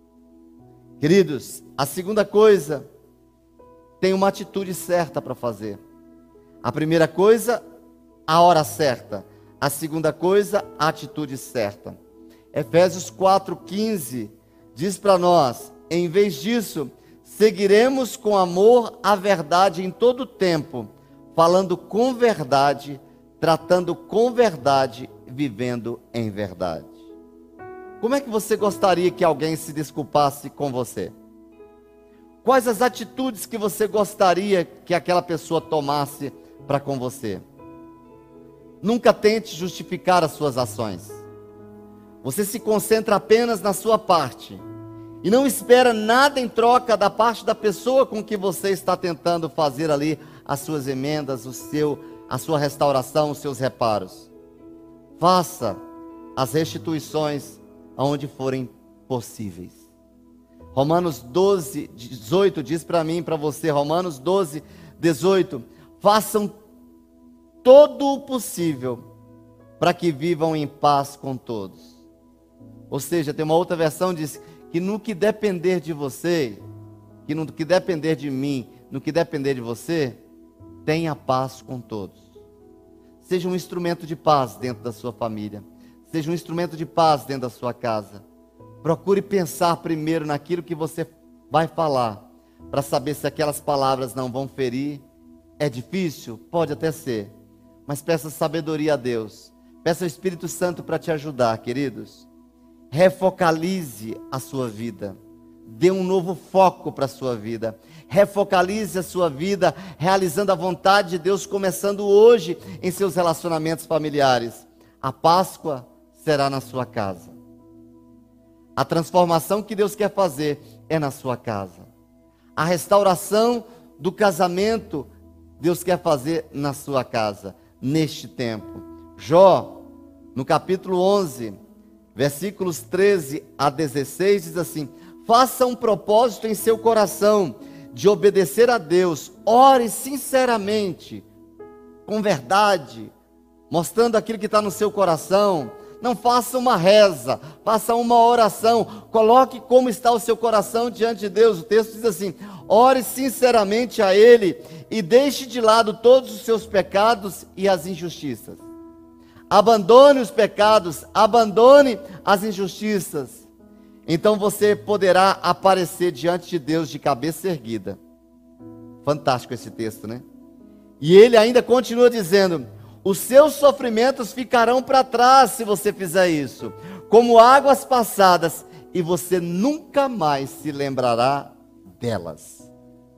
Queridos, a segunda coisa, tem uma atitude certa para fazer. A primeira coisa, a hora certa. A segunda coisa, a atitude certa. Efésios 4:15 diz para nós: em vez disso, seguiremos com amor a verdade em todo o tempo, falando com verdade, tratando com verdade, vivendo em verdade. Como é que você gostaria que alguém se desculpasse com você? Quais as atitudes que você gostaria que aquela pessoa tomasse para com você? Nunca tente justificar as suas ações. Você se concentra apenas na sua parte e não espera nada em troca da parte da pessoa com que você está tentando fazer ali as suas emendas, a sua restauração, os seus reparos. Faça as restituições aonde forem possíveis. Romanos 12:18 diz para mim e para você, Romanos 12:18, façam todo o possível para que vivam em paz com todos. Ou seja, tem uma outra versão que diz que no que depender de você, que no que depender de mim, no que depender de você, tenha paz com todos. Seja um instrumento de paz dentro da sua família. Seja um instrumento de paz dentro da sua casa. Procure pensar primeiro naquilo que você vai falar, para saber se aquelas palavras não vão ferir. É difícil? Pode até ser. Mas peça sabedoria a Deus. Peça ao Espírito Santo para te ajudar, queridos. Refocalize a sua vida. Dê um novo foco para a sua vida. Refocalize a sua vida, realizando a vontade de Deus, começando hoje em seus relacionamentos familiares. A Páscoa será na sua casa. A transformação que Deus quer fazer é na sua casa. A restauração do casamento, Deus quer fazer na sua casa, neste tempo. Jó, no capítulo 11, versículos 13 a 16, diz assim: faça um propósito em seu coração de obedecer a Deus, ore sinceramente, com verdade, mostrando aquilo que está no seu coração. Não faça uma reza, faça uma oração, coloque como está o seu coração diante de Deus. O texto diz assim: ore sinceramente a Ele e deixe de lado todos os seus pecados e as injustiças. Abandone os pecados, abandone as injustiças. Então você poderá aparecer diante de Deus de cabeça erguida. Fantástico esse texto, né? E ele ainda continua dizendo: os seus sofrimentos ficarão para trás se você fizer isso, como águas passadas, e você nunca mais se lembrará delas.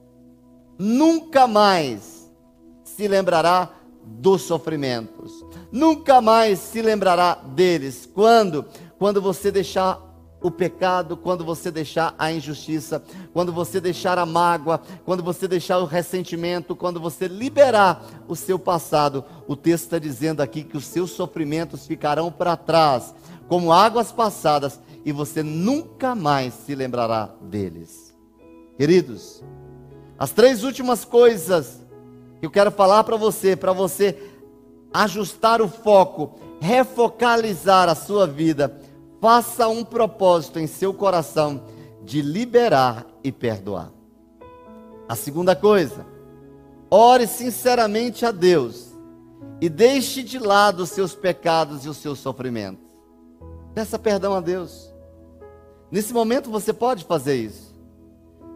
Nunca mais se lembrará dos sofrimentos. Nunca mais se lembrará deles. Quando você deixar o pecado, quando você deixar a injustiça, quando você deixar a mágoa, quando você deixar o ressentimento, quando você liberar o seu passado. O texto está dizendo aqui que os seus sofrimentos ficarão para trás, como águas passadas, e você nunca mais se lembrará deles. Queridos, as três últimas coisas que eu quero falar para você ajustar o foco, refocalizar a sua vida. Faça um propósito em seu coração de liberar e perdoar. A segunda coisa, ore sinceramente a Deus e deixe de lado os seus pecados e os seus sofrimentos. Peça perdão a Deus. Nesse momento você pode fazer isso.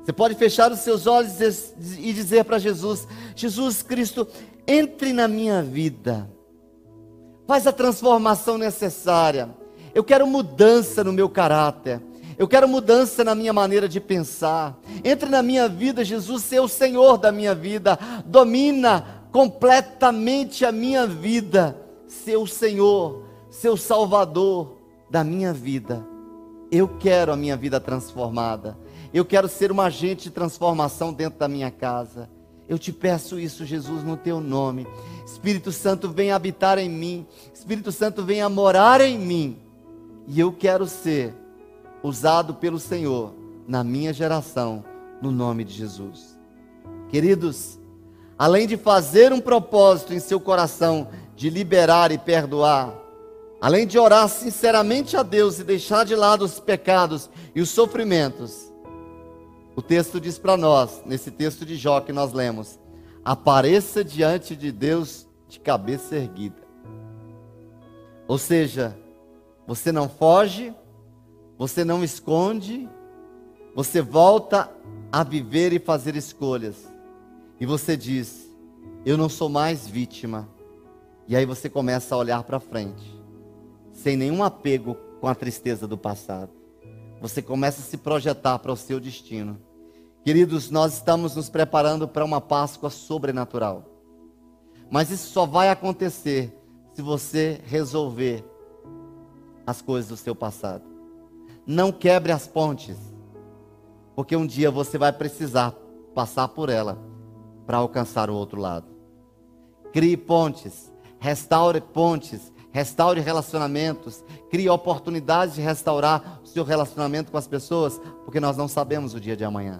Você pode fechar os seus olhos e dizer para Jesus: Jesus Cristo, entre na minha vida, faz a transformação necessária. Eu quero mudança no meu caráter, eu quero mudança na minha maneira de pensar. Entre na minha vida, Jesus, ser o Senhor da minha vida, domina completamente a minha vida, ser o Senhor, ser o Salvador da minha vida. Eu quero a minha vida transformada, eu quero ser um agente de transformação dentro da minha casa. Eu te peço isso, Jesus, no teu nome. Espírito Santo, venha habitar em mim, Espírito Santo, venha morar em mim, e eu quero ser usado pelo Senhor na minha geração, no nome de Jesus. Queridos, além de fazer um propósito em seu coração de liberar e perdoar, além de orar sinceramente a Deus e deixar de lado os pecados e os sofrimentos, o texto diz para nós, nesse texto de Jó que nós lemos: apareça diante de Deus de cabeça erguida. Ou seja, você não foge, você não esconde, você volta a viver e fazer escolhas. E você diz: eu não sou mais vítima. E aí você começa a olhar para frente, sem nenhum apego com a tristeza do passado. Você começa a se projetar para o seu destino. Queridos, nós estamos nos preparando para uma Páscoa sobrenatural. Mas isso só vai acontecer se você resolver as coisas do seu passado. Não quebre as pontes, porque um dia você vai precisar passar por ela para alcançar o outro lado. Crie pontes, restaure relacionamentos, crie oportunidades de restaurar o seu relacionamento com as pessoas, porque nós não sabemos o dia de amanhã.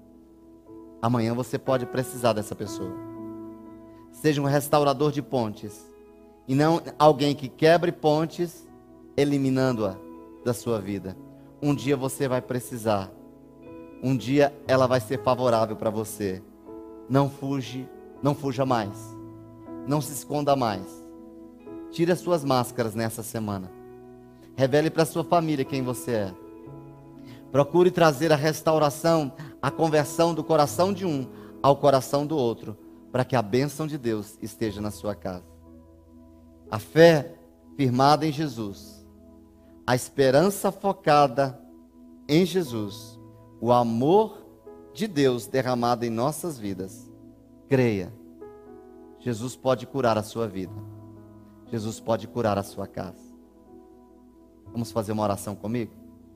Amanhã você pode precisar dessa pessoa. Seja um restaurador de pontes, e não alguém que quebre pontes, eliminando-a da sua vida. Um dia você vai precisar. Um dia ela vai ser favorável para você. Não fuja mais. Não se esconda mais. Tire as suas máscaras nessa semana. Revele para a sua família quem você é. Procure trazer a restauração, a conversão do coração de um ao coração do outro, para que a bênção de Deus esteja na sua casa. A fé firmada em Jesus, a esperança focada em Jesus, o amor de Deus derramado em nossas vidas. Creia, Jesus pode curar a sua vida. Jesus pode curar a sua casa. Vamos fazer uma oração comigo?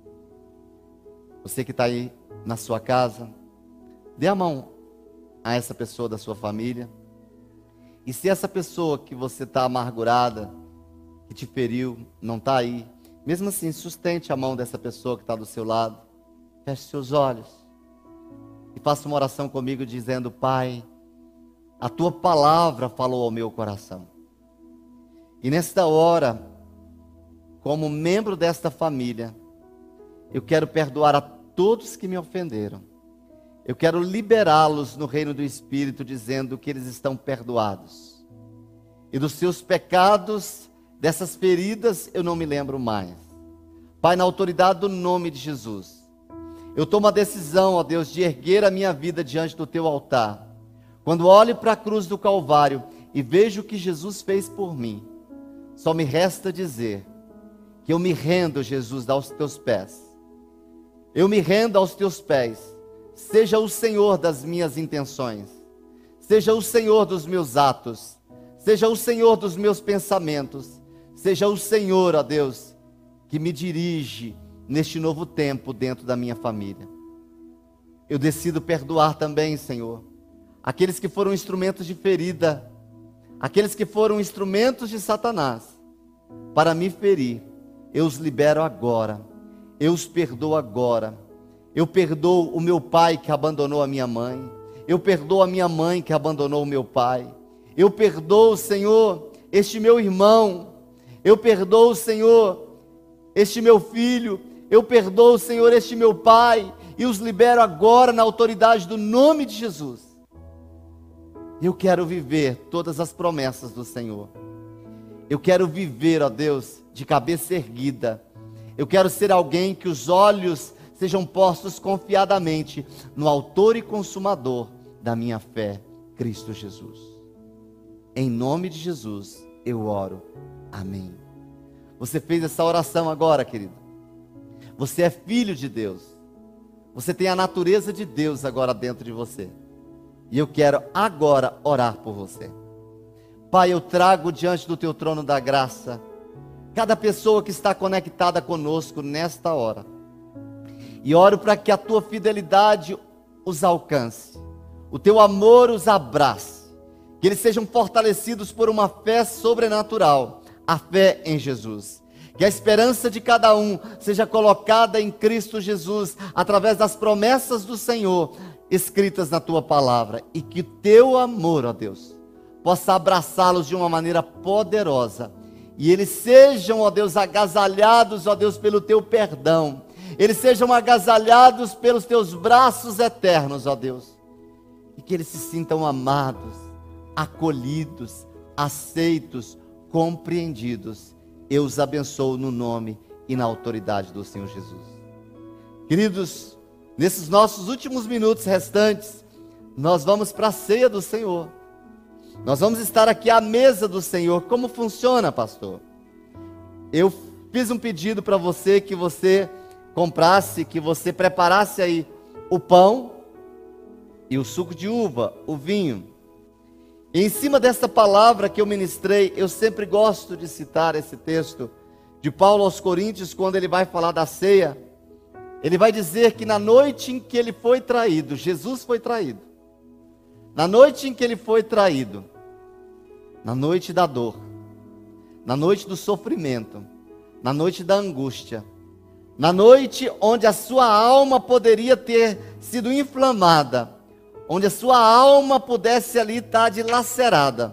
Você que está aí na sua casa, dê a mão a essa pessoa da sua família. E se essa pessoa que você está amargurada, que te feriu, não está aí, mesmo assim, sustente a mão dessa pessoa que está do seu lado. Feche seus olhos e faça uma oração comigo dizendo: Pai, a tua palavra falou ao meu coração. E nesta hora, como membro desta família, eu quero perdoar a todos que me ofenderam. Eu quero liberá-los no reino do Espírito, dizendo que eles estão perdoados. E dos seus pecados, dessas feridas, eu não me lembro mais. Pai, na autoridade do nome de Jesus, eu tomo a decisão, ó Deus, de erguer a minha vida diante do teu altar. Quando olho para a cruz do Calvário e vejo o que Jesus fez por mim, só me resta dizer que eu me rendo, Jesus, aos teus pés. Eu me rendo aos teus pés. Seja o Senhor das minhas intenções. Seja o Senhor dos meus atos. Seja o Senhor dos meus pensamentos. Seja o Senhor, ó Deus, que me dirige neste novo tempo dentro da minha família. Eu decido perdoar também, Senhor, aqueles que foram instrumentos de ferida, aqueles que foram instrumentos de Satanás para me ferir. Eu os libero agora. Eu os perdoo agora. Eu perdoo o meu pai que abandonou a minha mãe. Eu perdoo a minha mãe que abandonou o meu pai. Eu perdoo, Senhor, este meu irmão. Eu perdoo, Senhor, este meu filho. Eu perdoo, Senhor, este meu pai. E os libero agora na autoridade do nome de Jesus. Eu quero viver todas as promessas do Senhor. Eu quero viver, ó Deus, de cabeça erguida. Eu quero ser alguém que os olhos sejam postos confiadamente no autor e consumador da minha fé, Cristo Jesus. Em nome de Jesus, eu oro. Amém. Você fez essa oração agora, querido. Você é filho de Deus. Você tem a natureza de Deus agora dentro de você. E eu quero agora orar por você. Pai, eu trago diante do teu trono da graça cada pessoa que está conectada conosco nesta hora. E oro para que a tua fidelidade os alcance, o teu amor os abrace, que eles sejam fortalecidos por uma fé sobrenatural, a fé em Jesus. Que a esperança de cada um seja colocada em Cristo Jesus, através das promessas do Senhor, escritas na tua palavra. E que teu amor, ó Deus, possa abraçá-los de uma maneira poderosa. E eles sejam, ó Deus, agasalhados, ó Deus, pelo teu perdão. Eles sejam agasalhados pelos teus braços eternos, ó Deus. E que eles se sintam amados, acolhidos, aceitos, compreendidos. Eu os abençoo no nome e na autoridade do Senhor Jesus. Queridos, nesses nossos últimos minutos restantes, nós vamos para a ceia do Senhor. Nós vamos estar aqui à mesa do Senhor. Como funciona, pastor? Eu fiz um pedido para você, que você comprasse, que você preparasse aí o pão e o suco de uva, o vinho. E em cima dessa palavra que eu ministrei, eu sempre gosto de citar esse texto de Paulo aos Coríntios, quando ele vai falar da ceia. Ele vai dizer que na noite em que ele foi traído, Jesus foi traído. Na noite em que ele foi traído, na noite da dor, na noite do sofrimento, na noite da angústia, na noite onde a sua alma poderia ter sido inflamada, onde a sua alma pudesse ali estar dilacerada,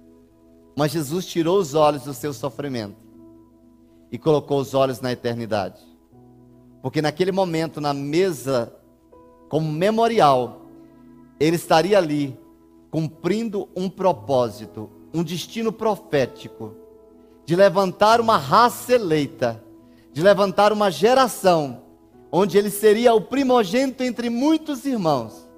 mas Jesus tirou os olhos do seu sofrimento e colocou os olhos na eternidade, porque naquele momento, na mesa como memorial, ele estaria ali cumprindo um propósito, um destino profético, de levantar uma raça eleita, de levantar uma geração, onde ele seria o primogênito entre muitos irmãos.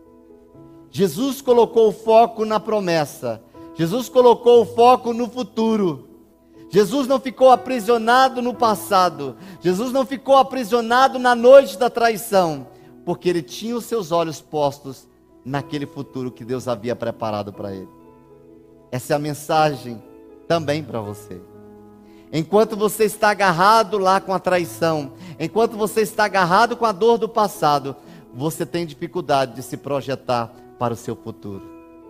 Jesus colocou o foco na promessa. Jesus colocou o foco no futuro. Jesus não ficou aprisionado no passado. Jesus não ficou aprisionado na noite da traição, porque ele tinha os seus olhos postos naquele futuro que Deus havia preparado para ele. Essa é a mensagem também para você. Enquanto você está agarrado lá com a traição, enquanto você está agarrado com a dor do passado, você tem dificuldade de se projetar para o seu futuro.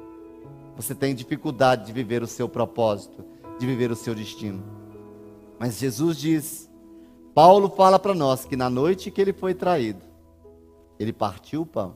Você tem dificuldade de viver o seu propósito, de viver o seu destino. Mas Jesus diz, Paulo fala para nós que na noite que ele foi traído, ele partiu o pão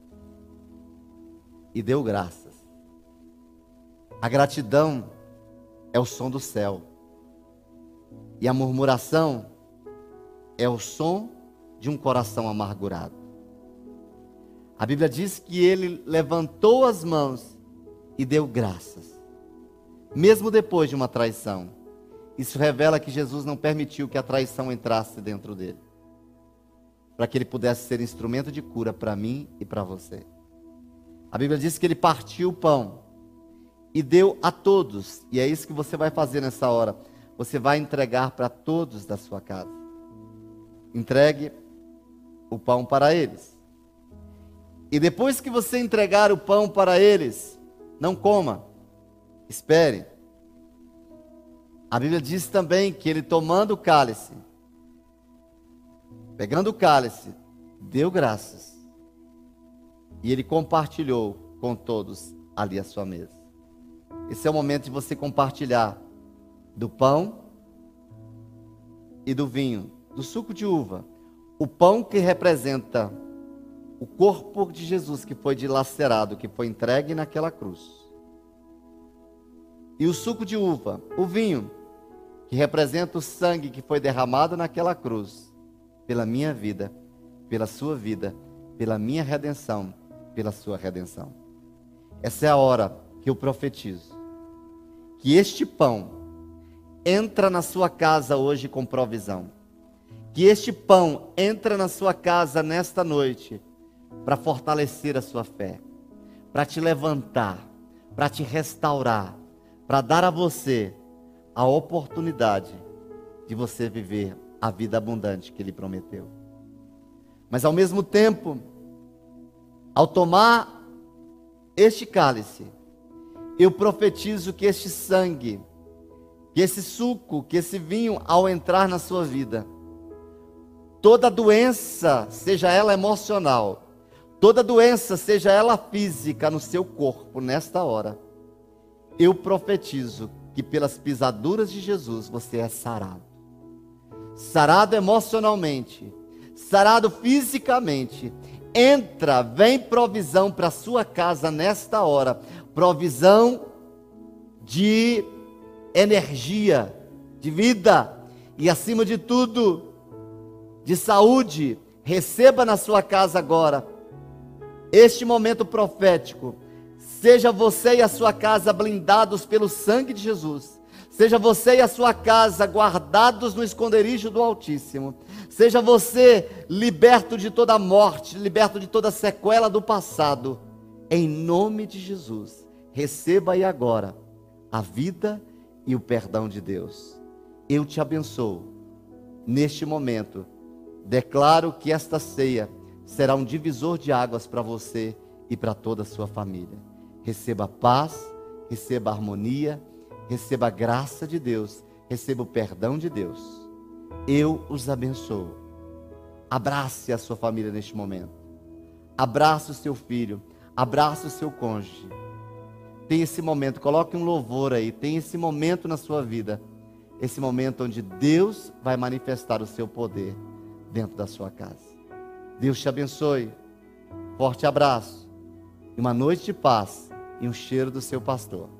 e deu graças. A gratidão é o som do céu. E a murmuração é o som de um coração amargurado. A Bíblia diz que ele levantou as mãos e deu graças, mesmo depois de uma traição. Isso revela que Jesus não permitiu que a traição entrasse dentro dele, para que ele pudesse ser instrumento de cura para mim e para você. A Bíblia diz que ele partiu o pão e deu a todos, e é isso que você vai fazer nessa hora. Você vai entregar para todos da sua casa. Entregue o pão para eles. E depois que você entregar o pão para eles, não coma, espere. A Bíblia diz também que ele, tomando o cálice, pegando o cálice, deu graças. E ele compartilhou com todos ali à sua mesa. Esse é o momento de você compartilhar do pão e do vinho, do suco de uva. O pão que representa o corpo de Jesus que foi dilacerado, que foi entregue naquela cruz. E o suco de uva, o vinho, que representa o sangue que foi derramado naquela cruz, pela minha vida, pela sua vida, pela minha redenção, pela sua redenção. Essa é a hora que eu profetizo que este pão entra na sua casa hoje com provisão. que este pão entra na sua casa nesta noite para fortalecer a sua fé, para te levantar, para te restaurar, para dar a você a oportunidade de você viver a vida abundante que Ele prometeu. Mas ao mesmo tempo, ao tomar este cálice, eu profetizo que este sangue, que esse suco, que esse vinho, ao entrar na sua vida, toda doença, seja ela emocional, toda doença, seja ela física no seu corpo, nesta hora, eu profetizo que pelas pisaduras de Jesus você é sarado. Sarado emocionalmente, sarado fisicamente. Entra, vem provisão para a sua casa nesta hora. Provisão de energia, de vida e acima de tudo, de saúde. Receba na sua casa agora este momento profético. Seja você e a sua casa blindados pelo sangue de Jesus. Seja você e a sua casa guardados no esconderijo do Altíssimo. Seja você liberto de toda morte, liberto de toda sequela do passado. Em nome de Jesus, receba aí agora a vida e o perdão de Deus. Eu te abençoo. Neste momento, declaro que esta ceia será um divisor de águas para você e para toda a sua família. Receba paz, receba harmonia, receba a graça de Deus, receba o perdão de Deus. Eu os abençoo. Abrace a sua família neste momento. Abrace o seu filho, abrace o seu cônjuge. Tem esse momento, coloque um louvor aí, tem esse momento na sua vida, esse momento onde Deus vai manifestar o seu poder dentro da sua casa. Deus te abençoe. Forte abraço. E uma noite de paz e um cheiro do seu pastor.